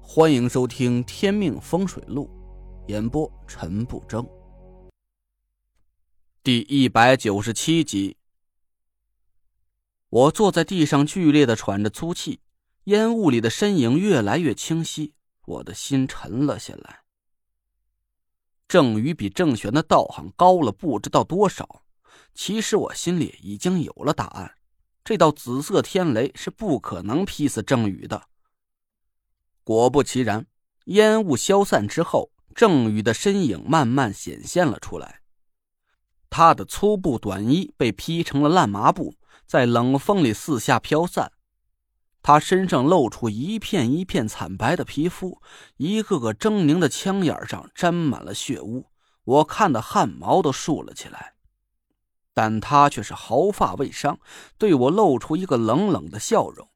欢迎收听《天命风水录》，演播陈不争。第197集。我坐在地上剧烈地喘着粗气，烟雾里的身影越来越清晰，我的心沉了下来。郑宇比郑玄的道行高了不知道多少，其实我心里已经有了答案，这道紫色天雷是不可能劈死郑宇的。果不其然，烟雾消散之后，郑宇的身影慢慢显现了出来。他的粗布短衣被劈成了烂麻布，在冷风里四下飘散。他身上露出一片一片惨白的皮肤，一个个狰狞的枪眼上沾满了血污，我看得汗毛都竖了起来。但他却是毫发未伤，对我露出一个冷冷的笑容。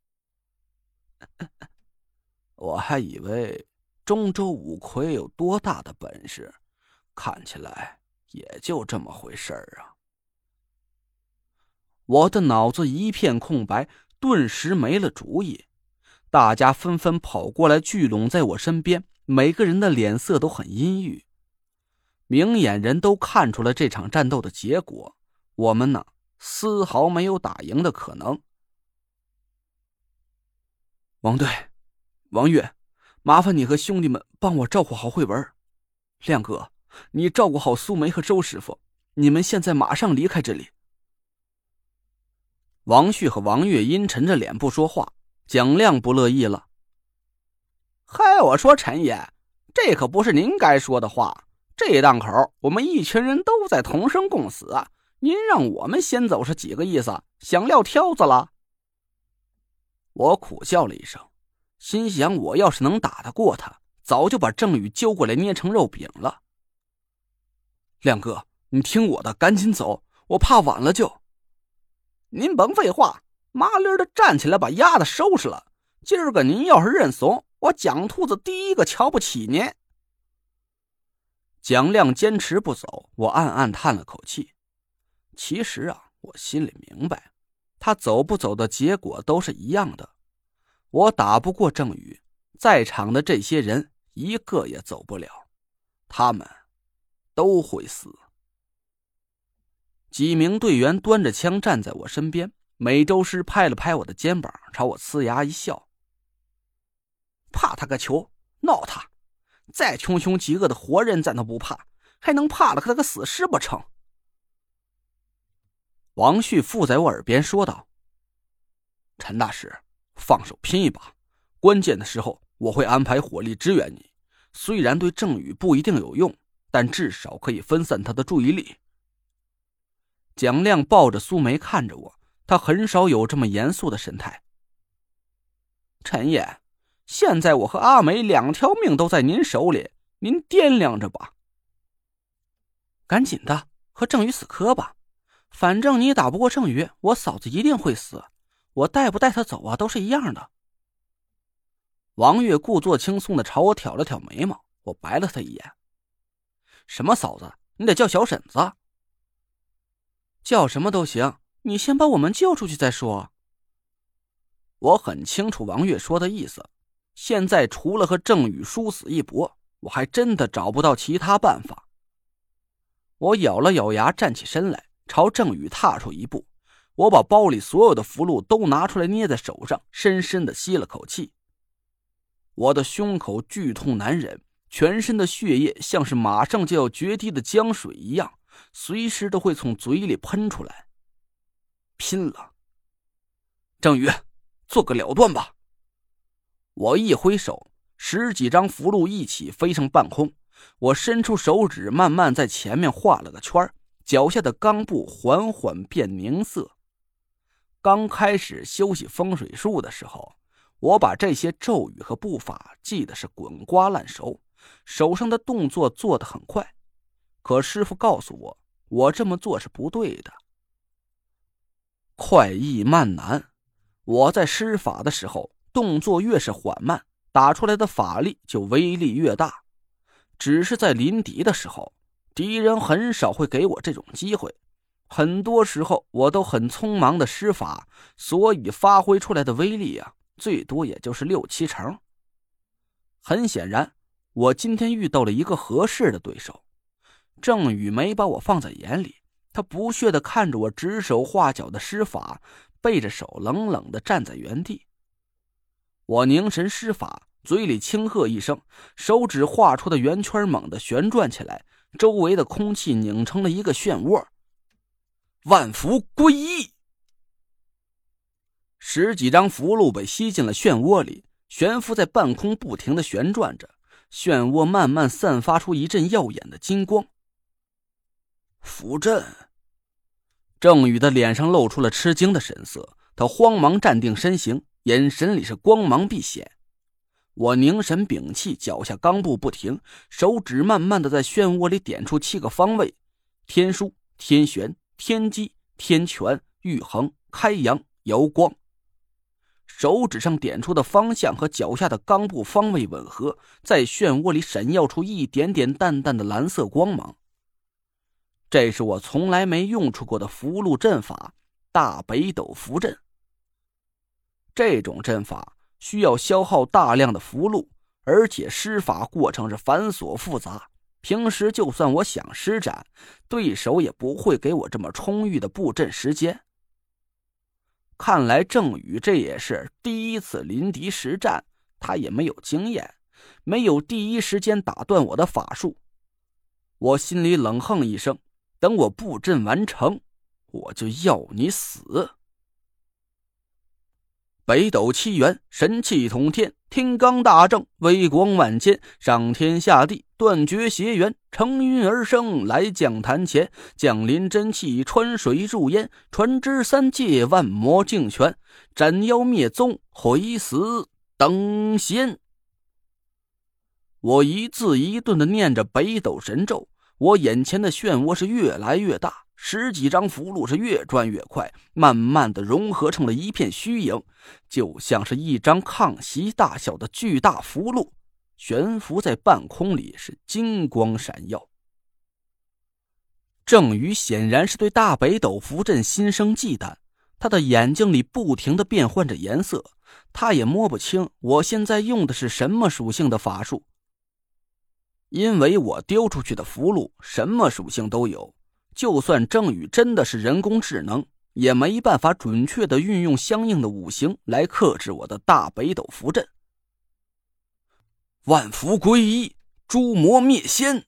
我还以为中州五魁有多大的本事，看起来也就这么回事儿啊。我的脑子一片空白，顿时没了主意。大家纷纷跑过来聚拢在我身边，每个人的脸色都很阴郁。明眼人都看出了这场战斗的结果，我们呢，丝毫没有打赢的可能。王队，王月，麻烦你和兄弟们帮我照顾好慧文。亮哥，你照顾好苏梅和周师傅，你们现在马上离开这里。王旭和王月阴沉着脸不说话，蒋亮不乐意了。 嗨，我说陈爷，这可不是您该说的话。这档口我们一群人都在同生共死啊，您让我们先走是几个意思？想撂挑子了？ 我苦笑了一声，心想我要是能打得过他，早就把郑宇揪过来捏成肉饼了。亮哥，你听我的，赶紧走，我怕晚了就。 您甭废话，麻利的站起来把丫的收拾了。今儿个您要是认怂，我蒋兔子第一个瞧不起您。 蒋亮坚持不走，我暗暗叹了口气。其实啊，我心里明白，他走不走的结果都是一样的。我打不过郑宇，在场的这些人一个也走不了，他们都会死。几名队员端着枪站在我身边，美洲狮拍了拍我的肩膀，朝我呲牙一笑。 怕他个球，闹他！再穷凶极恶的活人咱都不怕，还能怕了他个死尸不成？ 王旭附在我耳边说道：陈大师，放手拼一把，关键的时候我会安排火力支援你，虽然对郑宇不一定有用，但至少可以分散他的注意力。蒋亮抱着苏梅看着我，他很少有这么严肃的神态。 陈爷，现在我和阿梅两条命都在您手里，您掂量着吧。 赶紧的，和郑宇死磕吧，反正你打不过郑宇，我嫂子一定会死，我带不带他走啊，都是一样的。王月故作轻松地朝我挑了挑眉毛，我白了他一眼。什么嫂子？你得叫小婶子。叫什么都行，你先把我们救出去再说。我很清楚王月说的意思，现在除了和郑宇殊死一搏，我还真的找不到其他办法。我咬了咬牙，站起身来，朝郑宇踏出一步。我把包里所有的符箓都拿出来捏在手上，深深地吸了口气。我的胸口剧痛难忍，全身的血液像是马上就要决堤的江水一样，随时都会从嘴里喷出来。拼了！郑宇，做个了断吧！我一挥手，十几张符箓一起飞上半空。我伸出手指，慢慢在前面画了个圈，脚下的钢布缓缓变凝色。刚开始修习风水术的时候，我把这些咒语和步法记得是滚瓜烂熟，手上的动作做得很快。可师傅告诉我，我这么做是不对的。快易慢难，我在施法的时候，动作越是缓慢，打出来的法力就威力越大。只是在临敌的时候，敌人很少会给我这种机会，很多时候我都很匆忙的施法，所以发挥出来的威力啊，最多也就是6、7成。 很显然，我今天遇到了一个合适的对手。郑宇没把我放在眼里，他不屑地看着我指手画脚的施法，背着手冷冷地站在原地。我凝神施法，嘴里轻喝一声，手指画出的圆圈猛地旋转起来，周围的空气拧成了一个漩涡。万符归一，10几张符箓被吸进了漩涡里，悬浮在半空不停地旋转着，漩涡慢慢散发出一阵耀眼的金光。符阵。郑宇的脸上露出了吃惊的神色，他慌忙站定身形，眼神里是光芒毕显。我凝神屏气，脚下钢步不停，手指慢慢的在漩涡里点出7个方位：天枢、天旋、天机、天权、玉衡、开阳、瑶光。手指上点出的方向和脚下的钢步方位吻合，在漩涡里闪耀出一点点淡淡的蓝色光芒。这是我从来没用出过的符箓阵法——大北斗符阵。这种阵法需要消耗大量的符箓，而且施法过程是繁琐复杂，平时就算我想施展，对手也不会给我这么充裕的布阵时间。看来郑宇这也是第一次临敌实战，他也没有经验，没有第一时间打断我的法术。我心里冷哼一声，等我布阵完成，我就要你死。北斗七元，神气统天，天罡大正，威光万千，上天下地，断绝邪缘，乘云而生，来将坛前，降临真气，穿水入烟，传之三界，万魔竞拳，斩妖灭宗，毁死等闲。我一字一顿地念着北斗神咒，我眼前的漩涡是越来越大，10几张符箓是越转越快，慢慢的融合成了一片虚影，就像是一张炕席大小的巨大符箓，悬浮在半空里，是金光闪耀。郑宇显然是对大北斗符阵心生忌惮，他的眼睛里不停地变换着颜色，他也摸不清我现在用的是什么属性的法术。因为我丢出去的符箓什么属性都有，就算郑宇真的是人工智能，也没办法准确地运用相应的五行来克制我的大北斗符阵。万符归一，诛魔灭仙。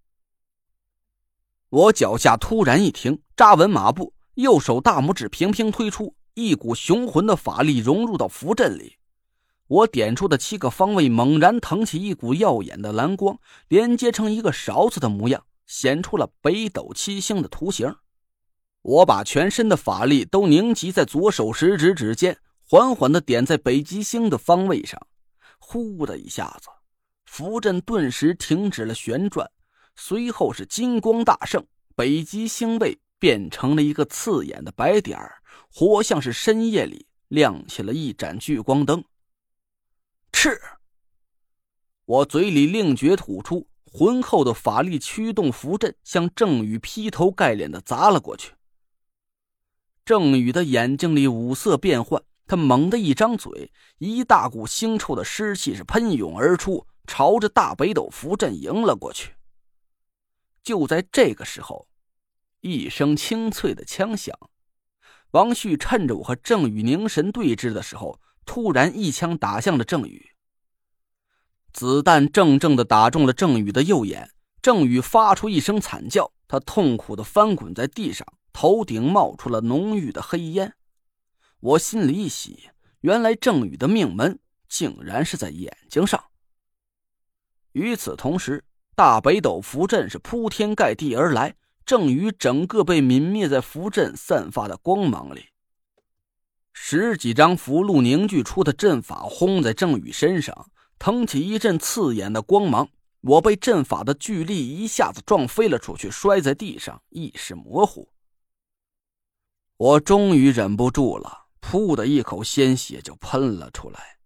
我脚下突然一停，扎稳马步，右手大拇指平平推出，一股雄浑的法力融入到符阵里。我点出的7个方位猛然腾起一股耀眼的蓝光，连接成一个勺子的模样，显出了北斗七星的图形。我把全身的法力都凝集在左手食指指尖，缓缓地点在北极星的方位上。呼的一下子，符阵顿时停止了旋转，随后是金光大盛，北极星位变成了一个刺眼的白点儿，活像是深夜里亮起了一盏聚光灯。赤！我嘴里令诀吐出，浑厚的法力驱动符阵向郑宇劈头盖脸地砸了过去。郑宇的眼睛里五色变幻，他猛地一张嘴，一大股腥臭的湿气是喷涌而出，朝着大北斗符阵迎了过去。就在这个时候，一声清脆的枪响，王旭趁着我和郑宇凝神对峙的时候，突然一枪打向了郑宇。子弹正正地打中了郑宇的右眼，郑宇发出一声惨叫，他痛苦地翻滚在地上，头顶冒出了浓郁的黑烟。我心里一喜，原来郑宇的命门竟然是在眼睛上。与此同时，大北斗符阵是铺天盖地而来，郑宇整个被泯灭在符阵散发的光芒里。10几张符箓凝聚出的阵法轰在郑宇身上，腾起一阵刺眼的光芒，我被阵法的巨力一下子撞飞了出去，摔在地上，意识模糊。我终于忍不住了，噗的一口鲜血就喷了出来。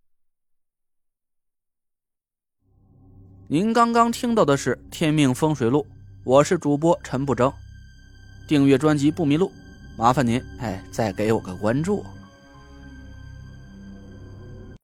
您刚刚听到的是《天命风水录》，我是主播陈不争。订阅专辑不迷路，麻烦您再给我个关注。